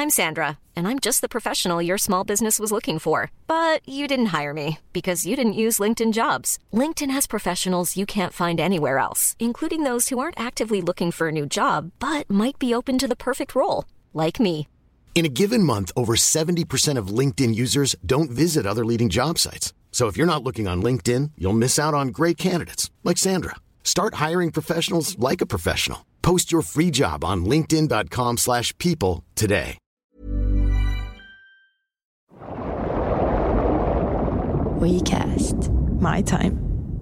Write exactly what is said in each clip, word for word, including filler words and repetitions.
I'm Sandra, and I'm just the professional your small business was looking for. But you didn't hire me because you didn't use LinkedIn Jobs. LinkedIn has professionals you can't find anywhere else, including those who aren't actively looking for a new job, but might be open to the perfect role, like me. In a given month, over seventy percent of LinkedIn users don't visit other leading job sites. So if you're not looking on LinkedIn, you'll miss out on great candidates like Sandra. Start hiring professionals like a professional. Post your free job on linkedin.com slash people today. WeCast. My time.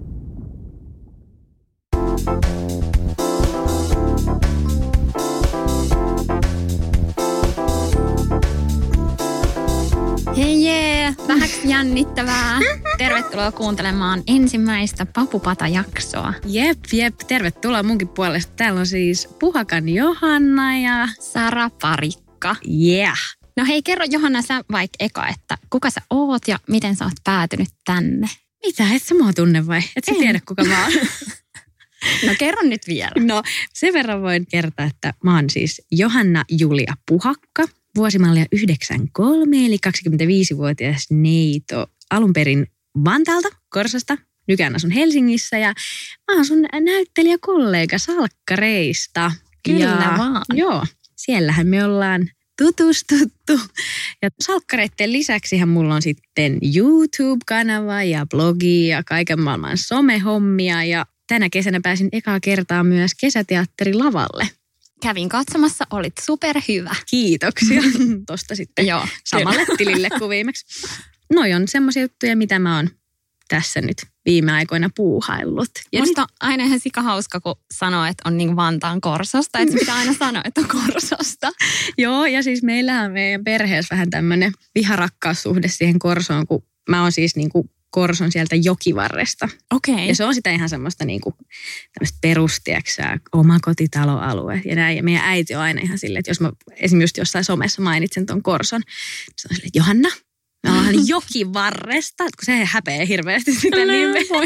Hei jee, vähäksi jännittävää. Tervetuloa kuuntelemaan ensimmäistä Papupata-jaksoa. Jep, jep, tervetuloa munkin puolesta. Täällä on siis Puhakan Johanna ja Sara Parikka. Yeah. No hei, kerro Johanna sä vaikka eka, että kuka sä oot ja miten sä oot päätynyt tänne? Mitä, et sä mua tunne vai? Et sä en. tiedä kuka mä oon? No kerro nyt vielä. No sen verran voin kertoa, että mä oon siis Johanna Julia Puhakka. Vuosimallia yhdeksänkymmentäkolme, eli kaksikymmentäviisivuotias neito. Alun perin Vantaalta, Korsosta. Nykyään asun Helsingissä ja mä oon sun näyttelijäkollega Salkkareista. Kyllä ja, vaan. Joo, siellähän me ollaan tutustuttu. Ja Salkkareiden lisäksihän mulla on sitten YouTube-kanava ja blogi ja kaiken maailman somehommia. Ja tänä kesänä pääsin ekaa kertaa myös kesäteatterilavalle. Kävin katsomassa, olit superhyvä. Kiitoksia. Tosta sitten Joo, samalle tilille kuin viimeksi. Noi on semmoisia juttuja, mitä mä oon tässä nyt viime aikoina puuhaillut. Ja musta on aina ihan sikahauska, kun sanoo, että on niin Vantaan Korsosta. Että pitää aina sanoa, että on Korsosta. Joo, ja siis meillähän meidän perheessä vähän tämmöinen viharakkaussuhde siihen Korsoon, kun mä oon siis niinku Korson sieltä jokivarresta. Okei. Okay. Ja se on sitä ihan semmoista niinku tämmöistä perustiaksää, omakotitaloalue ja näin. Ja meidän äiti on aina ihan silleen, että jos mä esimerkiksi just jossain somessa mainitsen ton Korson, niin se on silleen, että Johanna, mä oon jokivarresta, kun se häpeää hirveästi sitä nimeä.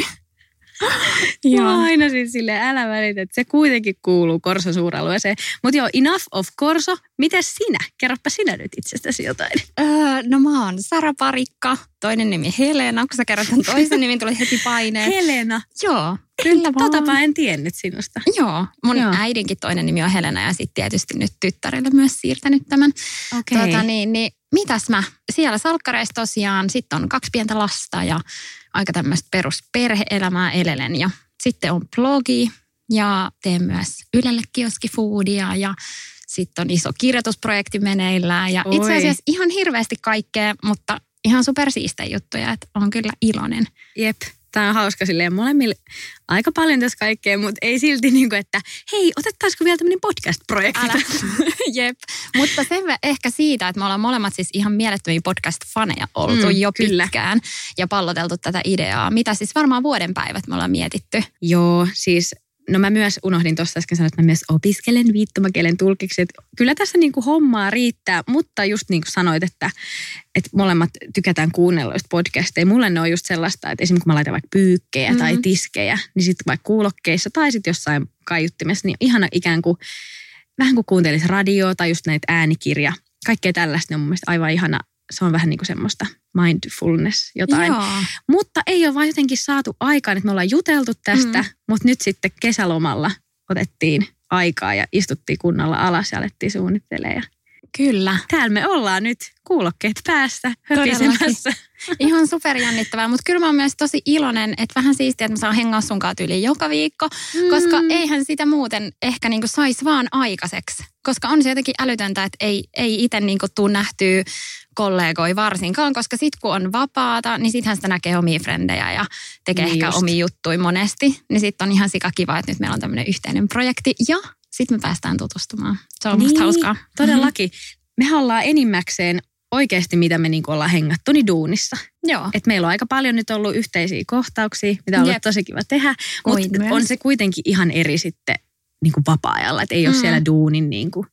Joo, aina siis silleen, älä välitä, että se kuitenkin kuuluu Korson suuralueeseen. Mutta joo, enough of Korso. Mitäs sinä? Kerropa sinä nyt itsestäsi jotain. Öö, no mä oon Sara Parikka, toinen nimi Helena. Kun sä kerrot ton toisen nimin, tuli heti paineet. Helena? Joo, kyllä vaan. Totapa en tiennyt sinusta. Joo, mun joo. äidinkin toinen nimi on Helena ja sitten tietysti nyt tyttärelle myös siirtänyt tämän. Okei. Okay. Tota, niin, niin, mitäs mä? Siellä Salkkareissa tosiaan, sitten on kaksi pientä lasta ja aika tämmöistä perusperhe-elämää elelen. Ja sitten on blogi ja teen myös Ylelle kioskifoodia ja sitten on iso kirjoitusprojekti meneillään. Ja Oi. itse asiassa ihan hirveästi kaikkea, mutta ihan supersiistejä juttuja, että on kyllä iloinen. Jep. Tämä on hauska silleen molemmille aika paljon tässä kaikkea, mutta ei silti niin kuin, että hei, otettaisiko vielä tämmöinen podcast-projekti? Älä. Jep. Mutta sen ehkä siitä, että me ollaan molemmat siis ihan mielettömiä podcast-faneja oltu mm, jo kyllä. pitkään ja palloteltu tätä ideaa. Mitä siis varmaan vuoden päivät me ollaan mietitty. Joo, siis no mä myös unohdin tuossa äsken sanoa, että mä myös opiskelen viittomakielen tulkiksi. Että kyllä tässä niinku hommaa riittää, mutta just niin kuin sanoit, että, että molemmat tykätään kuunnella just podcasteja. Mulle ne on just sellaista, että esimerkiksi kun mä laitan vaikka pyykkejä mm-hmm. tai tiskejä, niin sitten vaikka kuulokkeissa tai sitten jossain kaiuttimessa, niin ihana ikään kuin, vähän kuin kuuntelisi radioa tai just näitä äänikirja. Kaikkea tällaista on mun mielestä aivan ihana. Se on vähän niin kuin semmoista mindfulness jotain. Joo. Mutta ei ole vaan jotenkin saatu aikaan, että me ollaan juteltu tästä, mm. mutta nyt sitten kesälomalla otettiin aikaa ja istuttiin kunnolla alas ja alettiin suunnittelemaan. Kyllä. Täällä me ollaan nyt kuulokkeet päässä höpisemässä. Ihan superjännittävää, mutta kyllä mä oon myös tosi iloinen, että vähän siistiä, että mä saan hengaa sunkaan tyyliin joka viikko, mm. koska eihän sitä muuten ehkä niinku saisi vaan aikaiseksi. Koska on se jotenkin älytöntä, että ei, ei itse niinku tuu nähtyä kollegoi varsinkaan, koska sit kun on vapaata, niin sittenhän sitä näkee omia frendejä ja tekee niin ehkä just. omia juttuja monesti. Niin sitten on ihan sikakiva, että nyt meillä on tämmöinen yhteinen projekti ja sitten me päästään tutustumaan. Se on niin, musta hauskaa. Todellakin. Me ollaan enimmäkseen oikeasti, mitä me niinku ollaan hengattu, niin duunissa. Joo. Et meillä on aika paljon nyt ollut yhteisiä kohtauksia, mitä on ollut Jep. tosi kiva tehdä. Mutta on se kuitenkin ihan eri sitten niinku vapaa-ajalla. Että ei ole mm. siellä duunin niinku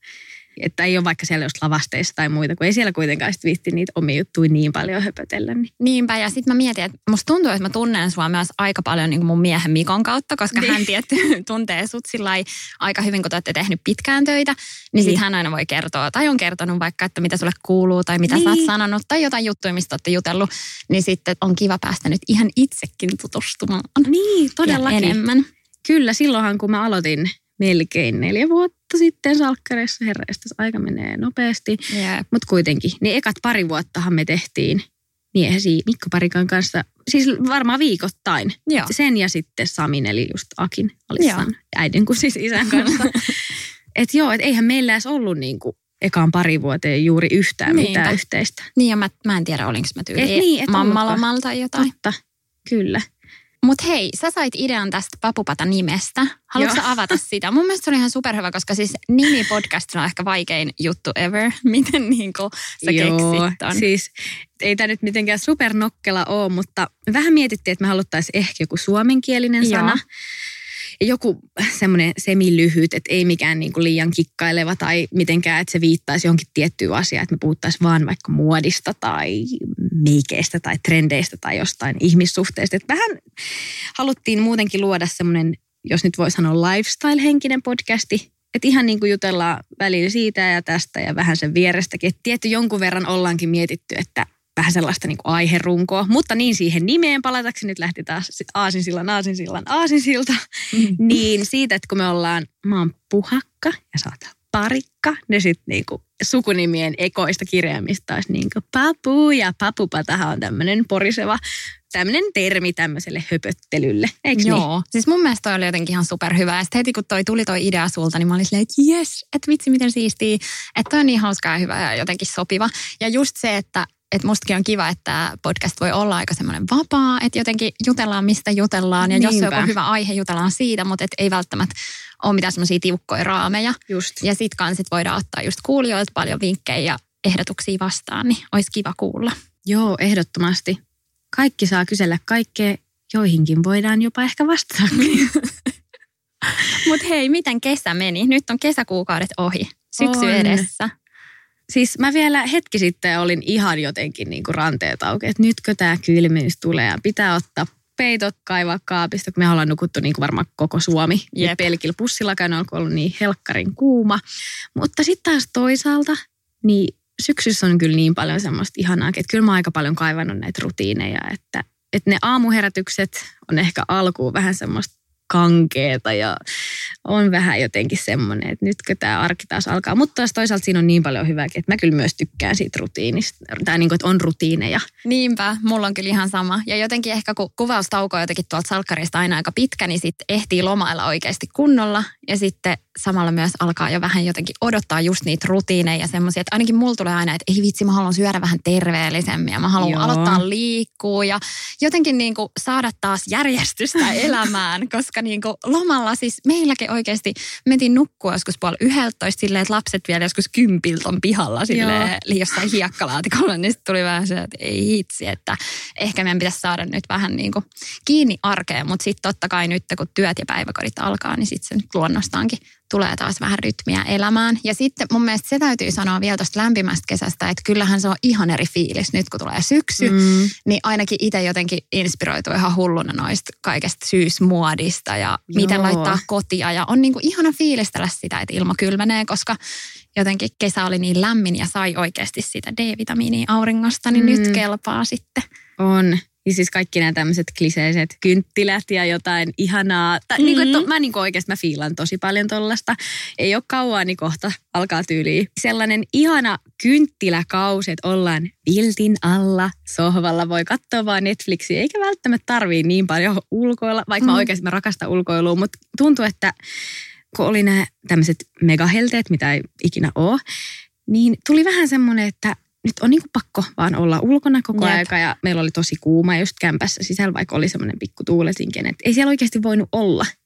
Että ei ole vaikka siellä just lavasteissa tai muita, kun ei siellä kuitenkaan sit viitti niitä omia juttuja niin paljon höpötellä. Niin. Niinpä, ja sitten mä mietin, että musta tuntuu, että mä tunnen sua myös aika paljon niin kuin mun miehen Mikon kautta, koska niin. hän tietty tuntee sut sillai aika hyvin, kun te olette tehnyt pitkään töitä, niin, niin. sitten hän aina voi kertoa, tai on kertonut vaikka, että mitä sulle kuuluu, tai mitä niin. sä oot sanonut, tai jotain juttuja, mistä olette jutellut, niin sitten on kiva päästä nyt ihan itsekin tutustumaan. Niin, todellakin. Enemmän. Kyllä, silloinhan kun mä aloitin melkein neljä vuotta sitten salkkareissa, herraistas aika menee nopeasti, Yep. mutta kuitenkin, niin ekat pari vuottahan me tehtiin miehesi Mikko Parikan kanssa, siis varmaan viikoittain. Joo. Sen ja sitten Samin, eli just Akin, Alissan äidin kuin siis isän kanssa. Että joo, et eihän meillä edes ollut niinku ekaan pari vuoteen juuri yhtään Niinpä. mitään yhteistä. Niin ja mä, mä en tiedä, olinko mä tyyliin niin, mammalomalta tai jotain. Totta, kyllä. Mutta hei, sä sait idean tästä Papupata-nimestä. Haluatko sä avata sitä? Mun mielestä se oli ihan superhyvä, koska siis nimi podcastilla on ehkä vaikein juttu ever. Miten niinku sä Joo, keksit ton? Siis ei tämä nyt mitenkään supernokkela ole, mutta me vähän mietittiin, että me haluttaisiin ehkä joku suomenkielinen sana. Joo. Ja joku semmoinen semilyhyt, että ei mikään niinku liian kikkaileva tai mitenkään, että se viittaisi johonkin tiettyyn asiaan, että me puhuttaisiin vaan vaikka muodista tai meikeistä tai trendeistä tai jostain ihmissuhteista. Että vähän haluttiin muutenkin luoda semmoinen, jos nyt voi sanoa lifestyle-henkinen podcasti, että ihan niin kuin jutellaan välillä siitä ja tästä ja vähän sen vierestäkin. Että tietty jonkun verran ollaankin mietitty, että vähän sellaista niin kuin aiherunkoa, mutta niin siihen nimeen palatakseni nyt lähti taas aasinsillan, aasinsillan, aasinsilta. Mm. Niin siitä, että kun me ollaan, mä oon Puhakka ja sä oot Parikka, ne sitten niin kuin sukunimien ekoista kirjaimista olisi niin kuin Papu ja Papupatahan on tämmöinen poriseva, tämmöinen termi tämmöiselle höpöttelylle, eikö Joo, niin? siis mun mielestä toi oli jotenkin ihan superhyvä. Ja sitten heti kun toi tuli toi idea sulta, niin mä olin silleen, että jes, että vitsi miten siistiä. Että toi on niin hauskaa ja hyvä ja jotenkin sopiva. Ja just se, että Että mustakin on kiva, että podcast voi olla aika semmoinen vapaa, että jotenkin jutellaan mistä jutellaan. Ja Niinpä. Jos on joku hyvä aihe, jutellaan siitä, mutta et ei välttämättä ole mitään semmoisia tiukkoja raameja. Just. Ja sit kanssa voidaan ottaa just kuulijoilta paljon vinkkejä ja ehdotuksia vastaan, niin olisi kiva kuulla. Joo, ehdottomasti. Kaikki saa kysellä kaikkea, joihinkin voidaan jopa ehkä vastata. Mutta hei, miten kesä meni? Nyt on kesäkuukaudet ohi, syksy on. edessä. Siis mä vielä hetki sitten olin ihan jotenkin niin kuin ranteet auki, että nytkö tämä kylmyys tulee ja pitää ottaa peitot, kaivaa kaapista, kun me ollaan nukuttu niin kuin varmaan koko Suomi. Yep. Pelkillä pussillakaan on ollut niin helkkarin kuuma. Mutta sitten taas toisaalta, niin syksyssä on kyllä niin paljon semmoista ihanaa, että kyllä mä oon aika paljon kaivannut näitä rutiineja, että, että ne aamuherätykset on ehkä alkuun vähän semmoista kankeeta ja on vähän jotenkin semmoinen, että nytkö tämä arki taas alkaa. Mutta taas toisaalta siinä on niin paljon hyvääkin, että mä kyllä myös tykkään siitä rutiinista. Tai niin kuin, että on rutiineja. Niinpä, mulla on kyllä ihan sama. Ja jotenkin ehkä kun kuvaustauko on jotenkin tuolta salkkarista aina aika pitkä, niin sitten ehtii lomailla oikeasti kunnolla. Ja sitten samalla myös alkaa jo vähän jotenkin odottaa just niitä rutiineja ja semmoisia. Että ainakin mulla tulee aina, että ei vitsi, mä haluan syödä vähän terveellisemmin ja mä haluan Joo. aloittaa liikkua. Ja jotenkin niin kuin saada taas järjestystä elämään, koska niin kuin lomalla siis meilläkin oikeasti mentiin nukkua joskus puoli yhdeltoista silleen, että lapset vielä joskus kympiltä on pihalla silleen jossain hiekkalaatikolla, niin sitten tuli vähän se, että ei hitsi, että ehkä meidän pitäisi saada nyt vähän niin kuin kiinni arkeen, mutta sitten totta kai nyt kun työt ja päiväkodit alkaa, niin sitten se nyt luonnostaankin tulee taas vähän rytmiä elämään. Ja sitten mun mielestä se täytyy sanoa vielä tuosta lämpimästä kesästä, että kyllähän se on ihan eri fiilis nyt, kun tulee syksy. Mm. Niin ainakin itse jotenkin inspiroituu ihan hulluna noista kaikesta syysmuodista ja Joo. miten laittaa kotia. Ja on niinku ihana fiilistellä sitä, että ilma kylmenee, koska jotenkin kesä oli niin lämmin ja sai oikeasti sitä D-vitamiinia auringosta, niin mm. nyt kelpaa sitten. On. Ja siis kaikki nämä tämmöiset kliseiset kynttilät ja jotain ihanaa. Tai mm-hmm. niin kuin, to, mä niin kuin oikeasti mä fiilan tosi paljon tollasta. Ei ole kauaa, niin kohta alkaa tyyliin. Sellainen ihana kynttiläkausi, että ollaan viltin alla, sohvalla. Voi katsoa vaan Netflixiä, eikä välttämättä tarvii niin paljon ulkoilla. Vaikka mm. mä oikeasti mä rakastan ulkoilua, mutta tuntuu, että kun oli nämä tämmöiset megahelteet, mitä ei ikinä ole, niin tuli vähän semmoinen, että nyt on niin kuin pakko vaan olla ulkona koko Jep. aika ja meillä oli tosi kuuma just kämpässä sisällä, vaikka oli semmoinen pikku tuuletinkin, että ei siellä oikeasti voinut olla.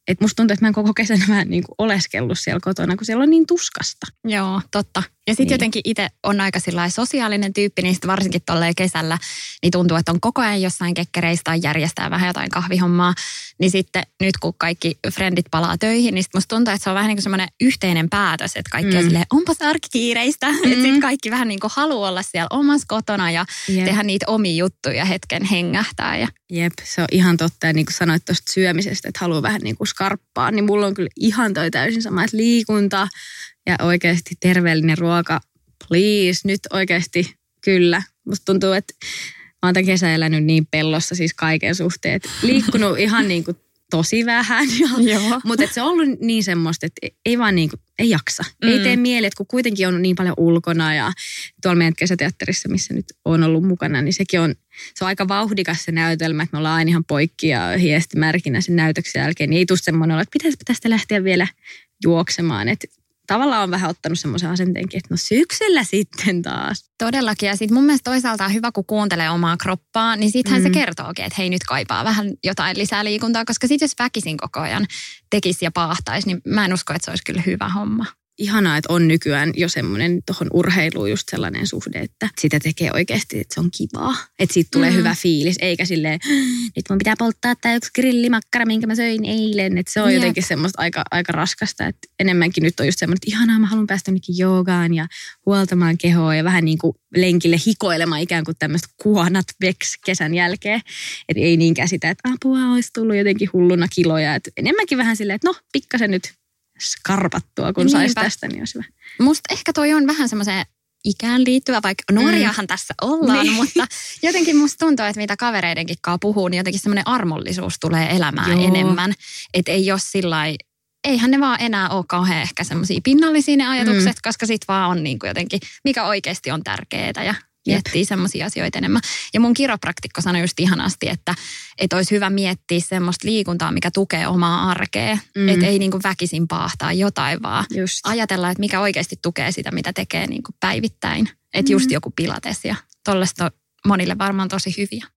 Että musta tuntuu, että mä en koko kesänä vähän niin kuin oleskellut siellä kotona, kun siellä on niin tuskasta. Joo, totta. Ja sitten Niin. jotenkin itse on aika sosiaalinen tyyppi, niin sitten varsinkin tolleen kesällä, niin tuntuu, että on koko ajan jossain kekkereissä tai järjestää vähän jotain kahvihommaa. Niin sitten nyt kun kaikki frendit palaa töihin, niin sitten musta tuntuu, että se on vähän niin kuin semmoinen yhteinen päätös, että kaikki mm. on silleen, onpas arkikiireistä. Mm. Että sitten kaikki vähän niin kuin haluaa olla siellä omassa kotona ja Jep. tehdä niitä omia juttuja hetken hengähtää. Ja... Jep, se on ihan totta. Ja niin kuin sanoit tuosta syömisestä, että haluaa vähän niin kuin skarppaa, niin mulla on kyllä ihan toi täysin sama, että liikunta ja oikeasti terveellinen ruoka, please, nyt oikeasti kyllä. Musta tuntuu, että mä oon tämän kesän elänyt niin pellossa siis kaiken suhteen, että liikkunut ihan niin kuin tosi vähän. Mutta se on ollut niin semmoista, että ei vaan niin kuin, ei jaksa. Mm. Ei tee mieli, että kun kuitenkin on niin paljon ulkona ja tuolla meidän kesäteatterissa, missä nyt on ollut mukana, niin sekin on, se on aika vauhdikas se näytelmä, että me ollaan aina ihan poikki ja hiesti märkinä sen näytöksen jälkeen. Niin ei tule semmoinen olla, että pitäisi tästä lähteä vielä juoksemaan, että tavallaan on vähän ottanut semmoisen asenteenkin, että no syksyllä sitten taas. Todellakin. Ja sitten mun mielestä toisaalta on hyvä, kun kuuntelee omaa kroppaa, niin sittenhän mm. se kertookin, että hei nyt kaipaa vähän jotain lisää liikuntaa, koska sitten jos väkisin koko ajan tekisi ja paahtaisi, niin mä en usko, että se olisi kyllä hyvä homma. Ihanaa, että on nykyään jo semmoinen tuohon urheiluun just sellainen suhde, että sitä tekee oikeasti, että se on kivaa. Että siitä tulee mm. hyvä fiilis, eikä silleen, nyt mun pitää polttaa tää yksi grillimakkara, minkä mä söin eilen. Että se on Jep. jotenkin semmoista aika, aika raskasta, että enemmänkin nyt on just semmoinen, että ihanaa, mä haluan päästä jonnekin joogaan ja huoltamaan kehoa ja vähän niin kuin lenkille hikoilemaan ikään kuin tämmöistä kuonat veks kesän jälkeen. Että ei niinkään sitä, että apua olisi tullut jotenkin hulluna kiloja. Että enemmänkin vähän silleen, että no pikkasen nyt skarpattua, kun saisi tästä, niin olisi hyvä. Musta ehkä toi on vähän semmoiseen ikään liittyvä, vaikka nuoriahan mm. tässä ollaan, niin. Mutta jotenkin musta tuntuu, että mitä kavereidenkin kanssa puhuu, niin jotenkin semmoinen armollisuus tulee elämään Joo. enemmän. Että ei ole sillai, eihän ne vaan enää ole kauhean ehkä semmoisia pinnallisia ne ajatukset, mm. koska sit vaan on niin kuin jotenkin, mikä oikeasti on tärkeää ja miettii semmoisia asioita enemmän. Ja mun kiropraktikko sanoi just ihanasti, että, että olisi hyvä miettiä semmoista liikuntaa, mikä tukee omaa arkea. Mm. Että ei niin kuin väkisin paahtaa jotain, vaan just. Ajatella, että mikä oikeasti tukee sitä, mitä tekee niin kuin päivittäin. Että mm. just joku pilates ja tollaista monille varmaan tosi hyviä.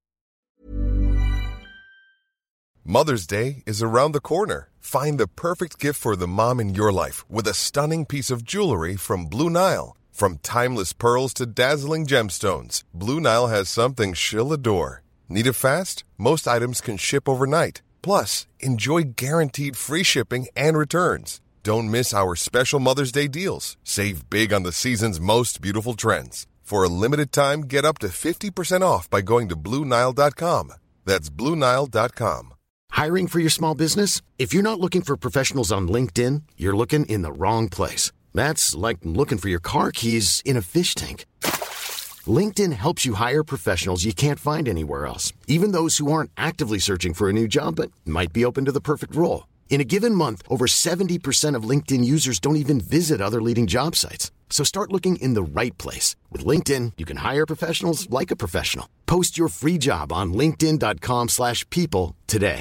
Mother's Day is around the corner. Find the perfect gift for the mom in your life with a stunning piece of jewelry from Blue Nile. From timeless pearls to dazzling gemstones, Blue Nile has something she'll adore. Need it fast? Most items can ship overnight. Plus, enjoy guaranteed free shipping and returns. Don't miss our special Mother's Day deals. Save big on the season's most beautiful trends. For a limited time, get up to fifty percent off by going to Blue Nile dot com. That's Blue Nile dot com. Hiring for your small business? If you're not looking for professionals on LinkedIn, you're looking in the wrong place. That's like looking for your car keys in a fish tank. LinkedIn helps you hire professionals you can't find anywhere else, even those who aren't actively searching for a new job but might be open to the perfect role. In a given month, over seventy percent of LinkedIn users don't even visit other leading job sites. So start looking in the right place. With LinkedIn, you can hire professionals like a professional. Post your free job on linkedin dot com slash people today.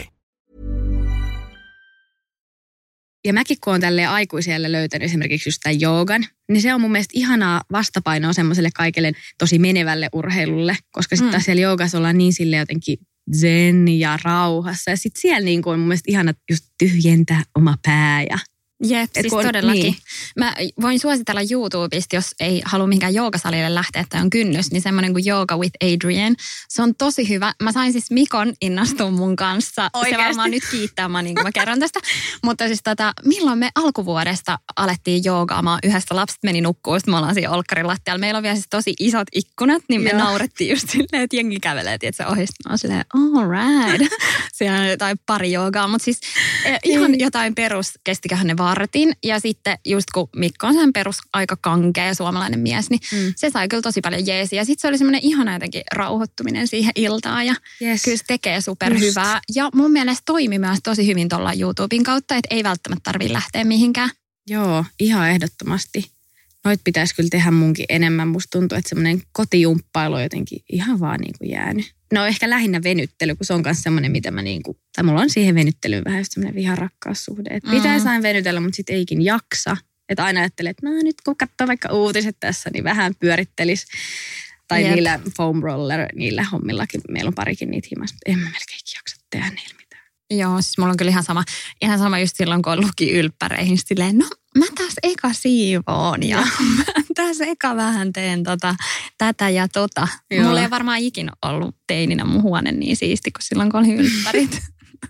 Ja mäkin kun olen tälleen aikuiselle löytänyt esimerkiksi just tämän joogan, niin se on mun mielestä ihanaa vastapainoa semmoiselle kaikelle tosi menevälle urheilulle, koska sitten taas siellä joogassa ollaan niin silleen jotenkin zen ja rauhassa. Ja sitten siellä niin kuin on mun mielestä ihana just tyhjentää oma pää ja Jep, siis on, todellakin. Niin. Mä voin suositella YouTubesta, jos ei halua mihinkään joogasalille lähteä, että on kynnys, niin semmoinen kuin Yoga with Adriene. Se on tosi hyvä. Mä sain siis Mikon innastua mun kanssa. Oikeasti? Se varmaan nyt kiittää mä, niin kuin mä kerron tästä. Mutta siis tota, milloin me alkuvuodesta alettiin joogaamaan, yhdestä lapset meni nukkuun, sitten me ollaan siinä olkkarin lattialla. Meillä on vielä siis tosi isot ikkunat, niin me Joo. naurettiin just silleen, että jengi kävelee, että se ohista. Mä oon silleen, all right. Siellä on jotain pari joogaa, mutta siis ihan jotain perus, kestiköhän ne vartin. Ja sitten just kun Mikko on sen perus aika kankea suomalainen mies, niin mm. se sai kyllä tosi paljon jeesiä. Ja sitten se oli semmoinen ihana jotenkin rauhoittuminen siihen iltaan ja yes. kyllä se tekee superhyvää. Ja mun mielestä toimi myös tosi hyvin tuolla YouTuben kautta, että ei välttämättä tarvitse lähteä mihinkään. Joo, ihan ehdottomasti. Noit pitäisi kyllä tehdä munkin enemmän. Musta tuntuu, että semmoinen kotijumppailu on jotenkin ihan vaan niin kuin jäänyt. No ehkä lähinnä venyttely, kun se on myös semmoinen, mitä mä niin kuin, tai mulla on siihen venyttelyyn vähän just semmoinen viharakkaussuhde. Että mm. pitäisi aina venytellä, mutta sitten eikin jaksa. Että aina ajattelee, että no nyt kun katsoo vaikka uutiset tässä, niin vähän pyörittelisi. Tai Jep. niillä foam roller, niillä hommillakin, meillä on parikin niitä himassa, mutta en mä melkein jaksa tehdä niillä mitään. Joo, siis mulla on kyllä ihan sama, ihan sama just silloin, kun luki ylppäreihin silleen, no mä taas eka siivoon ja mä taas eka vähän teen tota, tätä ja tota. Joo. Mulla ei varmaan ikinä ollut teininä mun huone niin siisti, kuin silloin, kun oli ylppärit.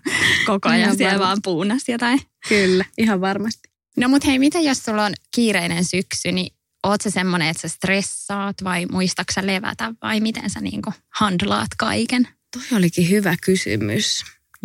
Koko ajan siellä vaan puunas jotain. Kyllä, ihan varmasti. No mut hei, mitä jos sulla on kiireinen syksy, niin oot sä semmoinen, että sä stressaat vai muistatko sä levätä vai miten sä niinku handlaat kaiken? Toi olikin hyvä kysymys.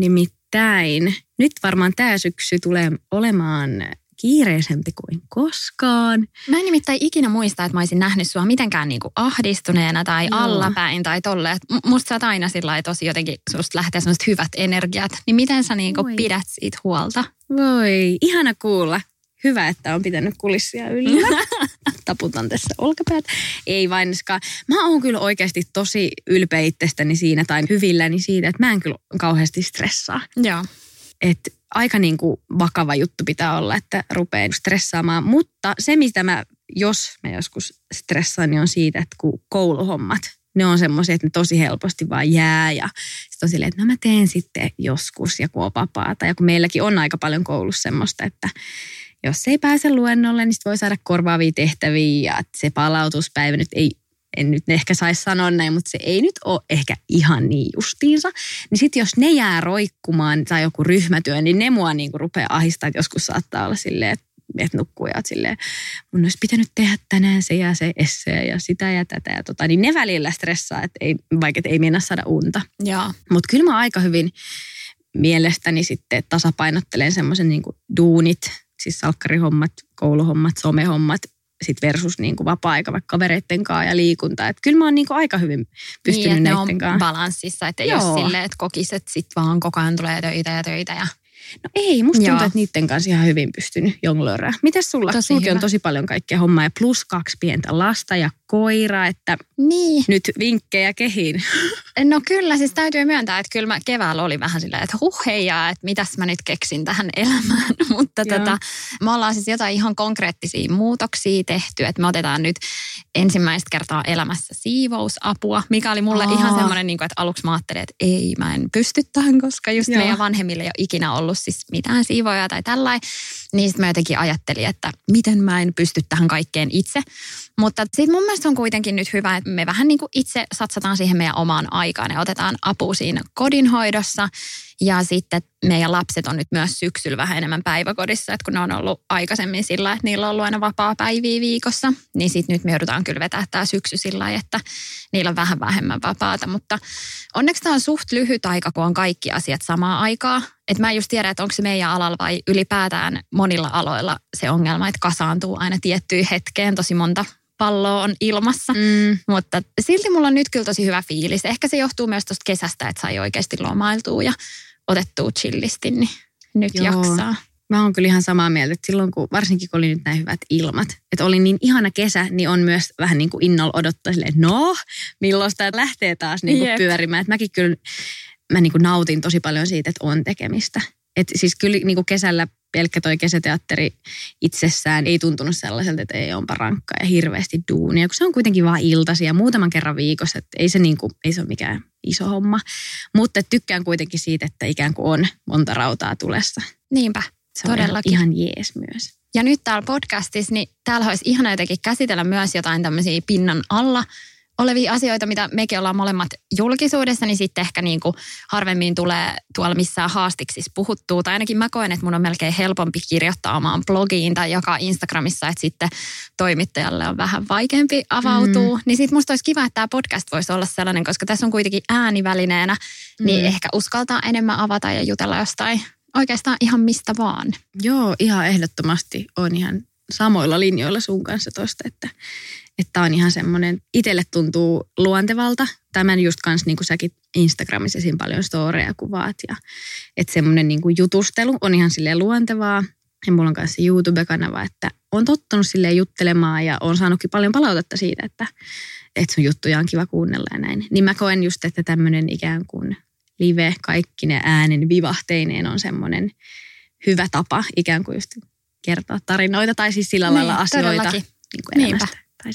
Nimittäin nyt varmaan tää syksy tulee olemaan kiireisempi kuin koskaan. Mä en nimittäin ikinä muista, että mä olisin nähnyt sua mitenkään niinku ahdistuneena tai Joo. allapäin tai tolleen. Musta sä oot aina sillä tosi jotenkin, susta lähtee sellaiset hyvät energiat. Niin miten sä niinku pidät siitä huolta? Voi, ihana kuulla. Hyvä, että on pitänyt kulissia yllä. Taputan tässä olkapäät. Ei vaineskaan. Mä oon kyllä oikeasti tosi ylpeä itsestäni siinä tai hyvilläni siitä, että mä en kyllä kauheasti stressaa. Joo. Että aika niin kuin vakava juttu pitää olla, että rupeaa stressaamaan. Mutta se, mitä mä, jos mä joskus stressaan, niin on siitä, että kun kouluhommat, ne on semmoisia, että ne tosi helposti vaan jää. Ja sitten on silleen, että no mä teen sitten joskus ja kun on vapaata. Ja kun meilläkin on aika paljon koulussa semmoista, että jos ei pääse luennolle, niin sit voi saada korvaavia tehtäviä ja se palautuspäivä nyt ei, en nyt ehkä saisi sanoa näin, mutta se ei nyt ole ehkä ihan niin justiinsa. Niin sitten jos ne jää roikkumaan tai joku ryhmätyö, niin ne mua niinku rupeaa ahdistaa, että joskus saattaa olla silleen, että et nukkuu ja silleen, mun olisi pitänyt tehdä tänään se ja se essee ja sitä ja tätä ja tota. Niin ne välillä stressaa, että ei, vaikka et ei mennä saada unta. Mutta kyllä mä aika hyvin mielestäni sitten tasapainottelen semmoisen niinku duunit, siis salkkarihommat, kouluhommat, somehommat, sit versus niin kuin vapaa-aika vaikka kavereitten kanssa ja liikunta. Että kyllä mä oon niin kuin aika hyvin pystynyt niin, näitten kanssa. Niin, että ne on balanssissa, että ei ole silleen, että kokiset sit vaan koko ajan tulee töitä ja töitä. Ja... No ei, musta tuntuu, että niiden kanssa ihan hyvin pystynyt jonglöörää. Mites sulla? Tosi Sulki hyvä. On tosi paljon kaikkea hommaa ja plus kaksi pientä lasta ja koira, että niin. Nyt vinkkejä kehiin. No kyllä, siis täytyy myöntää, että kyllä mä keväällä oli vähän silleen, että huh heijaa, että mitäs mä nyt keksin tähän elämään. Mutta tota, me ollaan siis jotain ihan konkreettisia muutoksia tehty, että me otetaan nyt ensimmäistä kertaa elämässä siivousapua, mikä oli mulle Aa. ihan semmoinen, että aluksi mä ajattelin, että ei mä en pysty tähän, koska just Joo. meidän vanhemmille ei ole ikinä ollut siis mitään siivoja tai tällainen. Niin sitten mä jotenkin ajattelin, että miten mä en pysty tähän kaikkeen itse. Mutta sitten mun mielestä on kuitenkin nyt hyvä, että me vähän niin kuin itse satsataan siihen meidän omaan aikaan ja otetaan apua siinä kodinhoidossa. Ja sitten meidän lapset on nyt myös syksyllä vähän enemmän päiväkodissa, että kun ne on ollut aikaisemmin sillä, että niillä on ollut aina vapaa päiviä viikossa, niin sitten nyt me joudutaan kyllä vetää tämä syksy sillä, että niillä on vähän vähemmän vapaata. Mutta onneksi tämä on suht lyhyt aika, kun on kaikki asiat samaan aikaan. Että mä en just tiedä, että onko se meidän alalla vai ylipäätään monilla aloilla se ongelma, että kasaantuu aina tiettyyn hetkeen tosi monta palloa on ilmassa, mm. mutta silti mulla on nyt kyllä tosi hyvä fiilis. Ehkä se johtuu myös tuosta kesästä, että sai oikeasti lomailtua ja otettua chillisti, niin nyt Joo. jaksaa. Mä oon kyllä ihan samaa mieltä, että silloin kun, varsinkin kun oli nyt näin hyvät ilmat, että oli niin ihana kesä, niin on myös vähän niin kuin innolla odottaa silleen, no, milloin sitä lähtee taas niin kuin pyörimään. Että mäkin kyllä, mä niin kuin nautin tosi paljon siitä, että on tekemistä. Että siis kyllä niin kuin kesällä pelkkä toi kesäteatteri itsessään ei tuntunut sellaiselta, että ei onpa rankkaa ja hirveästi duunia, kun se on kuitenkin vaan iltaisia muutaman kerran viikossa, että ei se, niin kuin, ei se ole mikään iso homma. Mutta tykkään kuitenkin siitä, että ikään kuin on monta rautaa tulessa. Niinpä, se todellakin. Ihan, ihan jees myös. Ja nyt täällä podcastissa, niin täällä olisi ihana jotenkin käsitellä myös jotain tämmöisiä pinnan alla olevia asioita, mitä mekin ollaan molemmat julkisuudessa, niin sitten ehkä niin kuin harvemmin tulee tuolla missään haastiksissa puhuttua. Tai ainakin mä koen, että mun on melkein helpompi kirjoittaa omaan blogiin tai jakaa Instagramissa, että sitten toimittajalle on vähän vaikeampi avautua. Mm. Niin sitten musta olisi kiva, että tämä podcast voisi olla sellainen, koska tässä on kuitenkin äänivälineenä, mm. niin ehkä uskaltaa enemmän avata ja jutella jostain oikeastaan ihan mistä vaan. Joo, ihan ehdottomasti on ihan samoilla linjoilla sun kanssa tosta, että Että on ihan semmoinen, itselle tuntuu luontevalta. Tämän just kanssa, niin kuin säkin Instagramissa esim. Paljon storeja kuvaat. Ja, että semmoinen niin kuin jutustelu on ihan silleen luontevaa. Ja mulla on kanssa YouTube-kanava, että on tottunut silleen juttelemaan ja on saanutkin paljon palautetta siitä, että, että sun juttuja on kiva kuunnella ja näin. Niin mä koen just, että tämmöinen ikään kuin live, kaikki ne äänen vivahteineen on semmoinen hyvä tapa ikään kuin just kertoa tarinoita tai siis sillä lailla niin, asioita niin kuin elämästä. Tai silleen.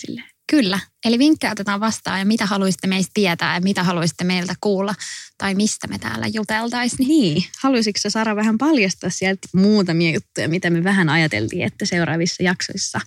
Kyllä. Eli vinkkejä otetaan vastaan ja mitä haluaisitte meistä tietää ja mitä haluaisitte meiltä kuulla tai mistä me täällä juteltaisiin. Niin. Haluaisitko sä, Sara, vähän paljastaa sieltä muutamia juttuja, mitä me vähän ajateltiin, että seuraavissa jaksoissa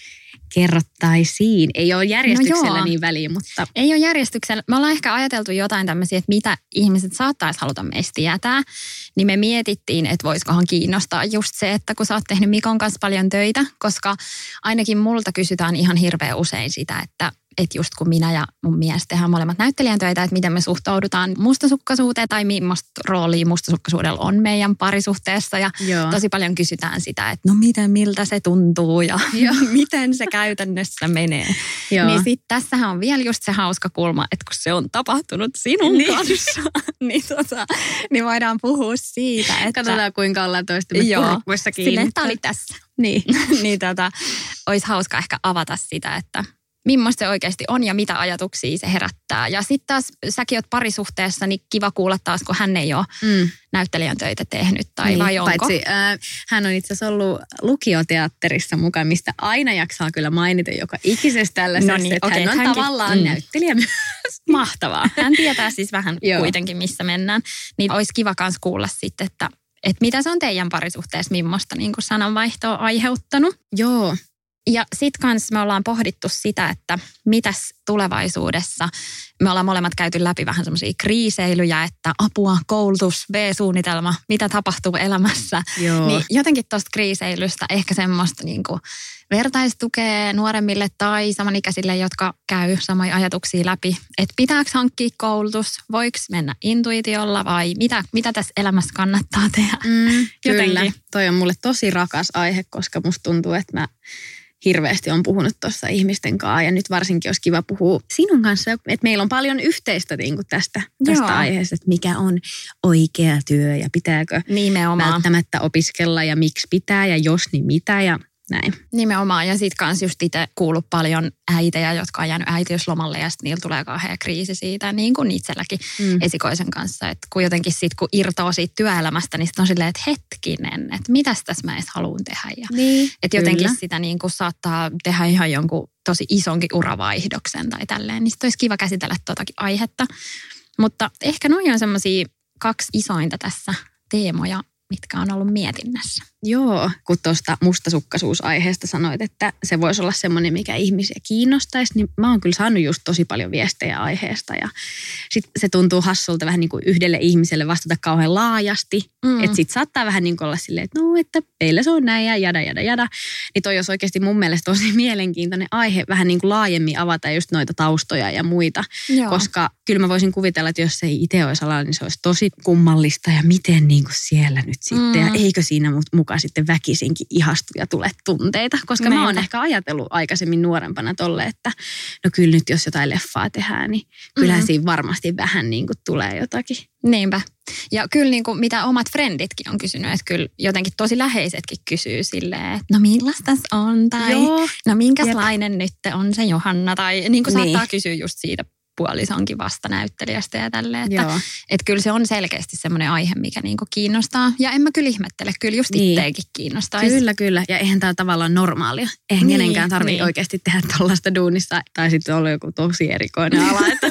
kerrottaisiin? Ei ole järjestyksellä no niin väliä, mutta... Ei ole järjestyksellä. Me ollaan ehkä ajateltu jotain tämmöisiä, että mitä ihmiset saattaisi haluta meistä tietää. Niin me mietittiin, että voisikohan kiinnostaa just se, että kun sä oot tehnyt Mikon kanssa paljon töitä, koska ainakin multa kysytään ihan hirveän usein sitä, että että just kun minä ja mun mies tehdään molemmat näyttelijän töitä, että miten me suhtaudutaan mustasukkaisuuteen tai millaista roolia mustasukkaisuudella on meidän parisuhteessa. Ja Joo. tosi paljon kysytään sitä, että no miten, miltä se tuntuu ja miten se käytännössä menee. Joo. Niin sitten tässähän on vielä just se hauska kulma, että kun se on tapahtunut sinun niin. kanssa, niin, tota, niin voidaan puhua siitä. Että katsotaan kuinka ollaan toistamme kurkuissa kiinni. Silleen, että tämä oli tässä. Niin, niin tota, olisi hauska ehkä avata sitä, että millaista se oikeasti on ja mitä ajatuksia se herättää. Ja sitten taas säkin oot parisuhteessa, niin kiva kuulla taas, kun hän ei ole mm. näyttelijän töitä tehnyt tai niin, vai onko? Paitsi äh, hän on itse asiassa ollut lukioteatterissa mukaan, mistä aina jaksaa kyllä mainita joka ikisessä tällaisessa, no niin, että okay, hän on hänkin, tavallaan mm. näyttelijä myös. Mahtavaa. Hän tietää siis vähän kuitenkin, missä mennään. Niin olisi kiva myös kuulla sitten, että, että mitä se on teidän parisuhteessa, millaista niin kuin sananvaihtoa aiheuttanut. Joo. Ja sitten kanssa me ollaan pohdittu sitä, että mitäs tulevaisuudessa, me ollaan molemmat käyty läpi vähän semmoisia kriiseilyjä, että apua, koulutus, B-suunnitelma, mitä tapahtuu elämässä. Joo. Niin jotenkin tuosta kriiseilystä ehkä semmoista niinku vertaistukea nuoremmille tai samanikäisille, jotka käy samoja ajatuksia läpi, että pitääkö hankkia koulutus, voiko mennä intuitiolla vai mitä, mitä tässä elämässä kannattaa tehdä. Mm, kyllä, toi on mulle tosi rakas aihe, koska musta tuntuu, että mä hirveästi on puhunut tuossa ihmisten kanssa ja nyt varsinkin olisi kiva puhua sinun kanssa, että meillä on paljon yhteistä niin kuin tästä, tästä aiheesta, että mikä on oikea työ ja pitääkö Nimenomaan. välttämättä opiskella ja miksi pitää ja jos niin mitä ja näin. Nimenomaan ja sitten kanssa just itse kuullut paljon äitejä, jotka on jäänyt äitiyslomalle ja sitten niillä tulee kauhea kriisi siitä, niin kuin itselläkin mm. esikoisen kanssa. Että kun jotenkin sitten kun irtoaa siitä työelämästä, niin sitten on silleen, että hetkinen, että mitäs tässä mä edes haluan tehdä. Ja niin, että jotenkin kyllä. sitä niin kuin saattaa tehdä ihan jonkun tosi isonkin uravaihdoksen tai tälleen, niin sitten olisi kiva käsitellä tuotakin aihetta. Mutta ehkä noin on semmoisia kaksi isointa tässä teemoja, mitkä on ollut mietinnässä. Joo, kun tuosta mustasukkaisuusaiheesta sanoit, että se voisi olla semmoinen, mikä ihmisiä kiinnostaisi, niin mä oon kyllä saanut just tosi paljon viestejä aiheesta. Ja sitten se tuntuu hassulta vähän niin kuin yhdelle ihmiselle vastata kauhean laajasti. Mm. Että sitten saattaa vähän niin kuin olla silleen, että no, että meillä se on näin ja jada, jada, jada. Niin toi olisi oikeasti mun mielestä tosi mielenkiintoinen aihe vähän niin kuin laajemmin avata just noita taustoja ja muita. Joo. Koska kyllä mä voisin kuvitella, että jos se ei itse olisi alalla, niin se olisi tosi kummallista ja miten niin kuin siellä nyt sitten. Mm. Ja eikö siinä mukaan sitten väkisinkin ihastu ja tule tunteita. Koska Meitä. mä oon ehkä ajatellut aikaisemmin nuorempana tolle, että no kyllä nyt jos jotain leffaa tehdään, niin kyllähän mm-hmm. siinä varmasti vähän niin kuin tulee jotakin. Niinpä. Ja kyllä niin kuin mitä omat frenditkin on kysynyt, että kyllä jotenkin tosi läheisetkin kysyy silleen, että no millaista on tai Joo. no minkälainen Jep. nyt on se Johanna tai niin kuin saattaa niin. kysyä just siitä puolisonkin vastanäyttelijästä ja tälleen. Että, että kyllä se on selkeästi semmoinen aihe, mikä niinku kiinnostaa. Ja en mä kyllä ihmettele, kyllä just niin. itteekin kiinnostaisi. Kyllä, kyllä. Ja eihän tämä tavallaan normaalia. Eihän niin, kenenkään tarvitse niin. oikeasti tehdä tällaista duunissa. Tai sitten olla joku tosi erikoinen ala. Että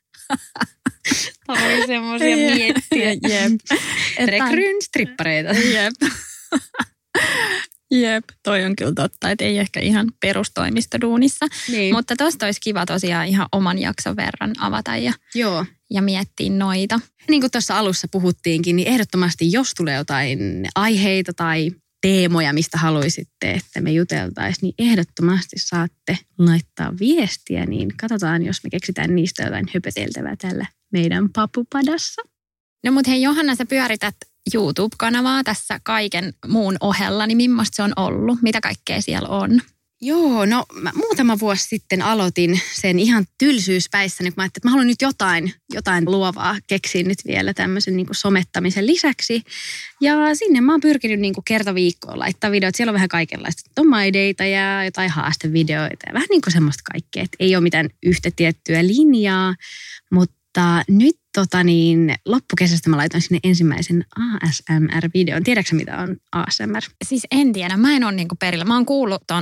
oli semmoisia miettiä. Jep. Rekryyn strippareita. Jep. Jep, toi on kyllä totta, että ei ehkä ihan perustoimistoduunissa. Niin. Mutta tosta olisi kiva tosiaan ihan oman jakson verran avata ja, Joo. ja miettiä noita. Niin kuin tuossa alussa puhuttiinkin, niin ehdottomasti jos tulee jotain aiheita tai teemoja, mistä haluaisitte, että me juteltaisiin, niin ehdottomasti saatte laittaa viestiä, niin katsotaan, jos me keksitään niistä jotain höpöteltävää tällä meidän papupadassa. No mut hei Johanna, sä pyörität YouTube-kanavaa tässä kaiken muun ohella, niin millaista se on ollut? Mitä kaikkea siellä on? Joo, no mä muutama vuosi sitten aloitin sen ihan tylsyyspäissäni, kun mä ajattelin, että mä haluan nyt jotain, jotain luovaa keksiä nyt vielä tämmöisen niin kuin somettamisen lisäksi. Ja sinne mä oon pyrkinyt niin kuin kerta viikkoon laittaa videoita. Siellä on vähän kaikenlaista tomaideita ja jotain haastevideoita ja vähän niin kuin semmoista kaikkea. Että ei ole mitään yhtä tiettyä linjaa, mutta Mutta nyt tota niin, loppukesästä mä laitoin sinne ensimmäisen A S M R-videon. Tiedätkö mitä on A S M R? Siis en tiedä. Mä en ole niinku perillä. Mä oon kuullut ton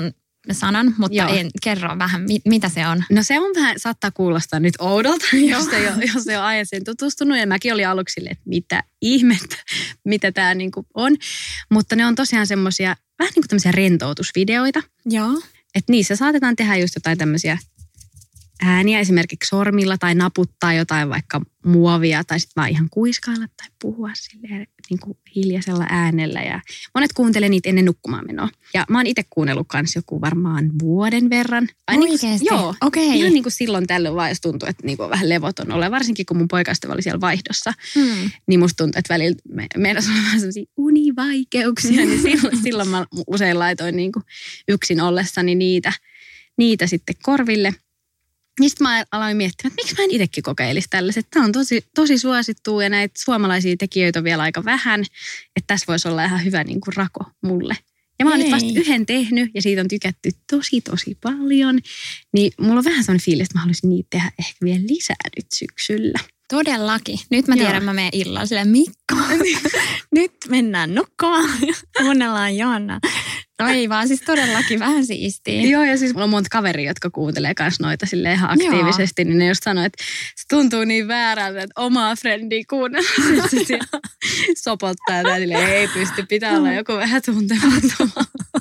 sanan, mutta Joo. en kerro vähän, mi- mitä se on. No se on vähän, saattaa kuulostaa nyt oudolta, jos ei ole, jos ei ole aiemmin tutustunut. Ja mäkin olin aluksi silleen, että mitä ihmettä, mitä tämä niinku on. Mutta ne on tosiaan semmoisia, vähän niin kuin tämmöisiä rentoutusvideoita. Joo. Että niissä saatetaan tehdä just jotain tämmöisiä ääniä esimerkiksi sormilla tai naputtaa jotain vaikka muovia tai sitten vaan ihan kuiskailla tai puhua silleen niin kuin hiljaisella äänellä. Ja monet kuuntelee niitä ennen nukkumaan menoa. Ja mä oon itse kuunnellut kanssa joku varmaan vuoden verran. Oikeesti? Niin kuin, joo. Okei. Ihan niin kuin silloin tällöin vaan, jos tuntuu, että niin kuin on vähän levoton ole. Varsinkin kun mun poikaystävä oli siellä vaihdossa, hmm. niin musta tuntuu, että välillä me, meidän on vähän sellaisia univaikeuksia. Niin silloin, silloin mä usein laitoin niin kuin yksin ollessani niitä, niitä sitten korville. Niin sitten mä aloin miettimään, että miksi mä en itsekin kokeilisi tällaiset. Tämä on tosi, tosi suosittua ja näitä suomalaisia tekijöitä on vielä aika vähän. Että tässä voisi olla ihan hyvä niin kuin rako mulle. Ja mä oon nyt vasta yhden tehnyt ja siitä on tykätty tosi tosi paljon. Niin mulla on vähän sellainen fiilis, että mä haluaisin niitä tehdä ehkä vielä lisää nyt syksyllä. Todellakin. Nyt mä tiedän, Joo. mä menen illalla silleen, Mikko, nyt mennään nukkumaan. Kuunnellaan Joanna. No ei vaan, siis todellakin vähän siistiä. Joo, ja siis mulla on monta kaveria, jotka kuuntelee kans noita silleen ihan aktiivisesti, Joo. niin ne just sanoo, että se tuntuu niin väärältä, että omaa frendiä kuunnella. Sitten se sopottaa ja silleen, ei pysty, pitää olla joku vähän tuntematon.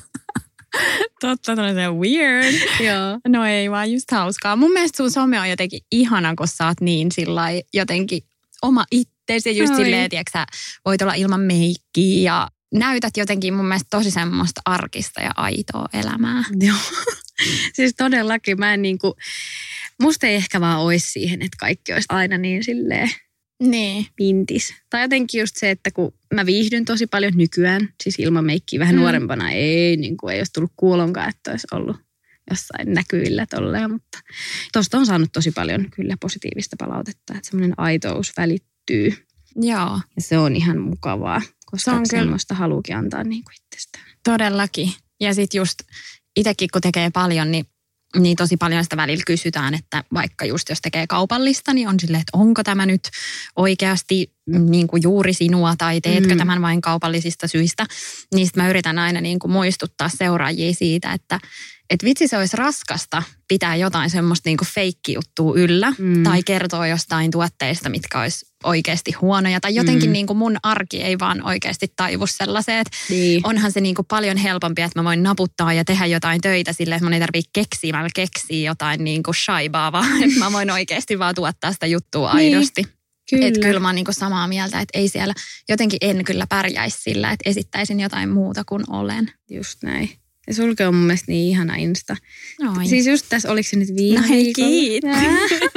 Totta, toi se weird. Joo. No ei vaan, just hauskaa. Mun mielestä sun some on jotenkin ihana, kun sä oot niin sillai jotenkin oma itteesi. Ja just Oi. silleen, tiiäksä, sä voit olla ilman meikkiä ja näytät jotenkin mun mielestä tosi semmoista arkista ja aitoa elämää. Joo. Siis todellakin mä en niinku, musta ei ehkä vaan olisi siihen, että kaikki olisi aina niin silleen Niin. pintis. Tai jotenkin just se, että kun mä viihdyn tosi paljon nykyään, siis ilman meikkiä vähän mm. nuorempana, ei, niin kuin ei olisi tullut kuulonkaan, että olisi ollut jossain näkyvillä tolleen, mutta tosta on saanut tosi paljon kyllä positiivista palautetta, että semmoinen aitous välittyy. Joo. Ja se on ihan mukavaa, koska Se on kyllä semmoista haluukin antaa niin kuin itsestään. Todellakin. Ja sitten just itsekin kun tekee paljon, niin, niin tosi paljon sitä välillä kysytään, että vaikka just jos tekee kaupallista, niin on silleen, että onko tämä nyt oikeasti niin kuin juuri sinua tai teetkö mm. tämän vain kaupallisista syistä. Niin sitten mä yritän aina niin kuin muistuttaa seuraajia siitä, että et vitsi se olisi raskasta pitää jotain semmoista niin kuin feikkijuttua yllä mm. tai kertoa jostain tuotteista, mitkä olisi oikeasti huonoja. Tai jotenkin mm. niin kuin mun arki ei vaan oikeasti taivu sellaiseen, että niin. onhan se niin kuin paljon helpompi, että mä voin naputtaa ja tehdä jotain töitä silleen, että mun ei tarvitse keksimällä keksiä jotain niin kuin shaibaa, vaan että mä voin oikeasti vaan tuottaa sitä juttua aidosti. Niin. Kyllä. Että kyllä mä oon niinku samaa mieltä, että ei siellä, jotenkin en kyllä pärjäisi sillä, että esittäisin jotain muuta kuin olen. Just näin. Ja sulke on mun mielestä niin ihana Insta. Noin. Siis just tässä, oliko se nyt viime No hei, viikolla? kiitos.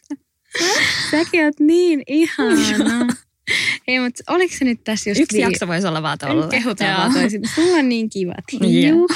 Säkin oot niin ihana. Ei, mutta oliko se nyt tässä just... Yksi viime... jakso voisi olla vaan tolle. Kehutaan vaan toisin. Sulla on niin kivat hiukset.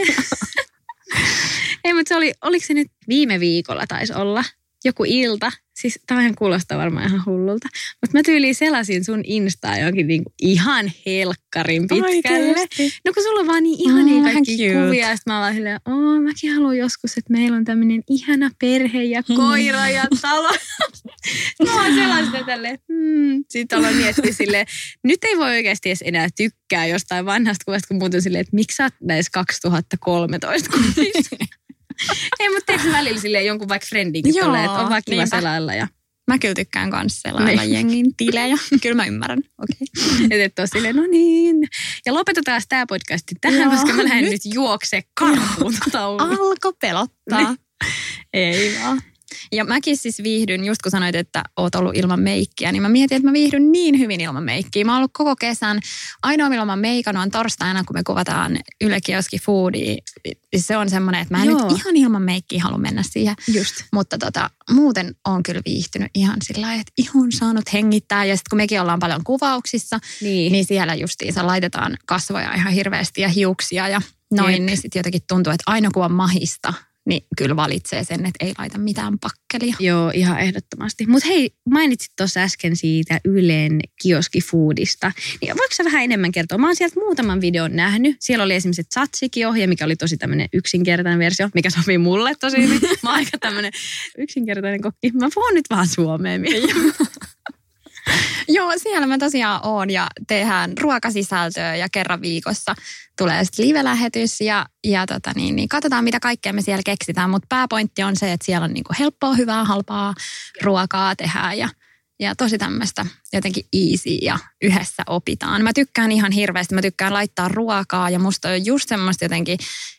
Ei, mutta se oli, oliko se nyt viime viikolla taisi olla joku ilta? Siis tämähän kuulostaa varmaan ihan hullulta. Mutta mä tyyliin selasin sun Instaa jonkin niinku ihan helkkarin pitkälle. Oikeasti? No kun sulla on vaan niin ihania Oh, kaikki cute. kuvia. Sitten mä oon silleen, oo mäkin haluan joskus, että meillä on tämmöinen ihana perhe ja koira ja talo. Mä vaan selasin sitä tälleen. Hmm. Sitten aloin miettiä silleen, nyt ei voi oikeasti edes enää tykkää jostain vanhasta kuvasta, kun muuten silleen, että miksi sä oot näissä kaksituhattakolmetoista kuvissa. Ei, mutta teetkö välillä silleen jonkun vaikka friendikin Joo, tulee, että on vaan kiva niinpä. selailla. Ja... Mä kyllä tykkään kans selailla Niin. jengin tilejä. Kyllä mä ymmärrän. Okei. Okay. Että on silleen, no niin. Ja lopetetaan tämä podcasti tähän, Joo, koska mä lähden nyt. nyt, nyt juoksee karkuun tauluun. Alko pelottaa. Niin. Ei vaan. Ja mäkin siis viihdyn, just kun sanoit, että oot ollut ilman meikkiä, niin mä mietin, että mä viihdyn niin hyvin ilman meikkiä. Mä oon ollut koko kesän. Ainoa, milloin mä oon meikannut on torstaina, kun me kuvataan Yle Kioski Foodia. Se on semmoinen, että mä en Joo. nyt ihan ilman meikkiä halua mennä siihen. Just. Mutta tota, muuten on kyllä viihtynyt ihan sillä lailla, että ihon saanut hengittää. Ja sitten kun mekin ollaan paljon kuvauksissa, Niin. niin siellä justiinsa laitetaan kasvoja ihan hirveästi ja hiuksia ja noin. Jep. Niin sitten jotenkin tuntuu, että aina kun on mahista, niin kyllä valitsee sen, että ei laita mitään pakkelia. Joo, ihan ehdottomasti. Mutta hei, mainitsit tuossa äsken siitä Ylen Kioski-foodista. Niin voiko sä vähän enemmän kertoa? Mä oon sieltä muutaman videon nähnyt. Siellä oli esimerkiksi tzatziki-ohje, mikä oli tosi tämmöinen yksinkertainen versio, mikä sopii mulle tosi hyvin. Mä oon aika tämmöinen yksinkertainen kokki. Mä puhun nyt vaan suomea. Joo, siellä mä tosiaan oon ja tehdään ruokasisältöä ja kerran viikossa tulee sitten live-lähetys ja, ja tota niin, niin katsotaan mitä kaikkea me siellä keksitään, mutta pääpointti on se, että siellä on niinku helppoa, hyvää, halpaa ruokaa tehdään ja, ja tosi tämmöistä jotenkin easy ja yhdessä opitaan. Mä tykkään ihan hirveästi, mä tykkään laittaa ruokaa ja musta on just semmoista jotenkin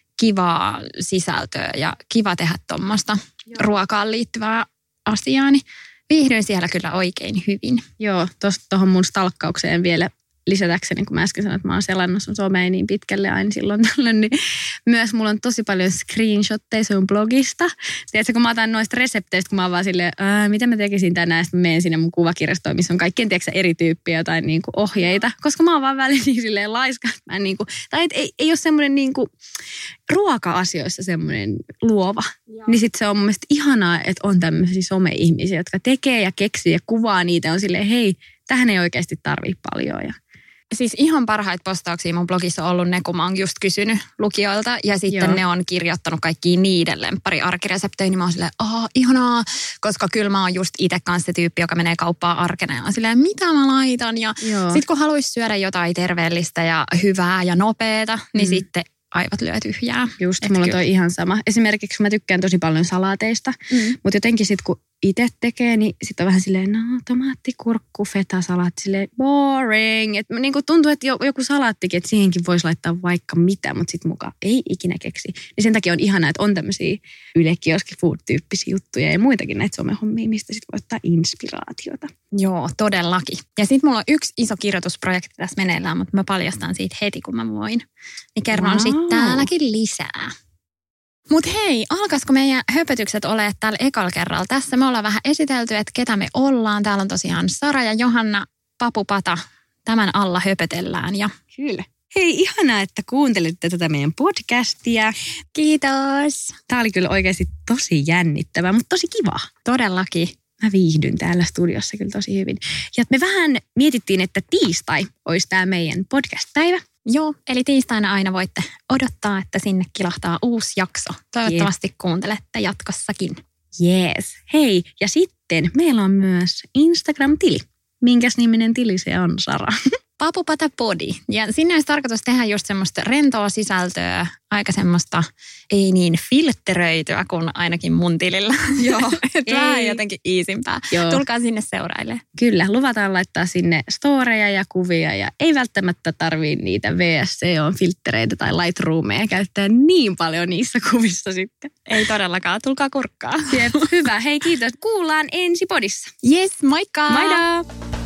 kivaa sisältöä ja kiva tehdä tuommoista ruokaan liittyvää asiaa, niin viihdyin siellä kyllä oikein hyvin. Joo, tuosta tuohon mun stalkkaukseen vielä lisätäkseni, kun mä äsken sanoin, että mä oon selannut sun somea niin pitkälle aina silloin tällöin, niin myös mulla on tosi paljon screenshotteja sun blogista. Tiedätkö, kun mä otan noista resepteistä, kun mä oon vaan silleen, mitä mä tekisin tänään, sitten mä menen sinne mun kuvakirjastoon, missä on kaikkien, tiedätkö, eri tyyppiä jotain niin kuin ohjeita, koska mä oon vaan välillä niin silleen laiska, että mä en niin kuin, tai et, ei, ei ole semmoinen niin kuin ruoka-asioissa semmoinen luova. Joo. Niin sit se on mun mielestä ihanaa, että on tämmöisiä some-ihmisiä, jotka tekee ja keksii ja kuvaa niitä, on silleen, hei, tähän ei oikeasti tarvii paljon ja siis ihan parhaita postauksia mun blogissa on ollut ne, kun mä oon just kysynyt lukijoilta. Ja sitten Joo. ne on kirjoittanut kaikkiin niiden lemppari arkiresepteihin. Niin mä oon silleen, aah, ihanaa. Koska kyllä mä oon just itse kanssa se tyyppi, joka menee kauppaan arkena. Ja on silleen, mitä mä laitan. Ja sit kun haluaisi syödä jotain terveellistä ja hyvää ja nopeeta, niin mm. sitten aivot lyö tyhjää. Just, et mulla on toi ihan sama. Esimerkiksi mä tykkään tosi paljon salaateista. Mm. Mutta jotenkin sit kun itse tekee, niin sitten on vähän silleen, no tomaatti, kurkku, feta, salaatti, silleen boring. Että niin kuin tuntuu, että joku salaattikin, että siihenkin voisi laittaa vaikka mitä, mutta sitten mukaan ei ikinä keksi. Niin sen takia on ihanaa, että on tämmöisiä Yle Kioski Food-tyyppisiä juttuja ja muitakin näitä somehommia, mistä sitten voi ottaa inspiraatiota. Joo, todellakin. Ja sitten mulla on yksi iso kirjoitusprojekti tässä meneillään, mutta mä paljastan siitä heti, kun mä voin. Niin kerron wow. sitten täälläkin lisää. Mutta hei, alkaisiko meidän höpötykset olemaan täällä ekalla kerralla? Tässä me ollaan vähän esitelty, että ketä me ollaan. Täällä on tosiaan Sara ja Johanna Papupata. Tämän alla höpötellään. Ja kyllä. Hei, ihanaa, että kuuntelitte tätä meidän podcastia. Kiitos. Tämä oli kyllä oikeasti tosi jännittävää, mutta tosi kiva. Todellakin. Mä viihdyn täällä studiossa kyllä tosi hyvin. Ja me vähän mietittiin, että tiistai olisi tämä meidän podcast-päivä. Joo, eli tiistaina aina voitte odottaa, että sinne kilahtaa uusi jakso. Toivottavasti yeah. kuuntelette jatkossakin. Jees. Hei, ja sitten meillä on myös Instagram-tili. Minkäs niminen tili se on, Sara? Papupata Podi. Ja sinne olisi tarkoitus tehdä just semmoista rentoa sisältöä, aika semmoista ei niin filtteröityä kuin ainakin mun tilillä. Joo. Vähän jotenkin iisimpää. Joo. Tulkaa sinne seurailemaan. Kyllä, luvataan laittaa sinne storeja ja kuvia ja ei välttämättä tarvii niitä V S C-filttereitä tai Lightroomeja käyttää niin paljon niissä kuvissa sitten. Ei todellakaan, tulkaa kurkkaa. Jep, hyvä. Hei, kiitos. Kuullaan ensi podissa. Yes, moikka! Moida!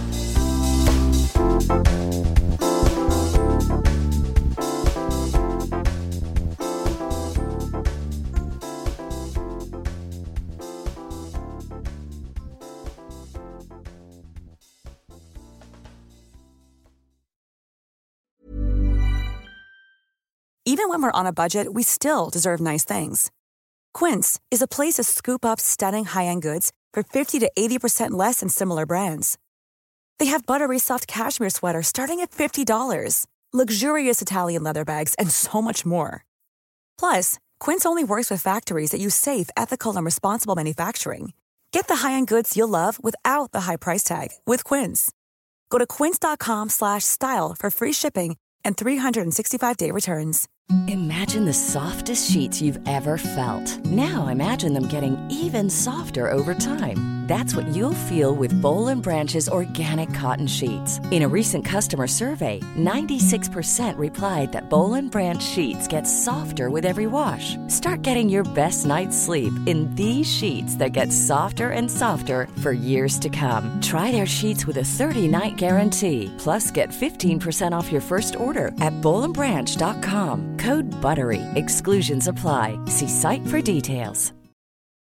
Even when we're on a budget, we still deserve nice things. Quince is a place to scoop up stunning high-end goods for fifty to eighty percent less than similar brands. They have buttery soft cashmere sweaters starting at fifty dollars, luxurious Italian leather bags, and so much more. Plus, Quince only works with factories that use safe, ethical, and responsible manufacturing. Get the high-end goods you'll love without the high price tag with Quince. Go to quince.com slash style for free shipping and three sixty-five day returns. Imagine the softest sheets you've ever felt. Now imagine them getting even softer over time. That's what you'll feel with Boll and Branch's organic cotton sheets. In a recent customer survey, ninety-six percent replied that Boll and Branch sheets get softer with every wash. Start getting your best night's sleep in these sheets that get softer and softer for years to come. Try their sheets with a thirty-night guarantee. Plus, get fifteen percent off your first order at boll and branch dot com. Code BUTTERY. Exclusions apply. See site for details.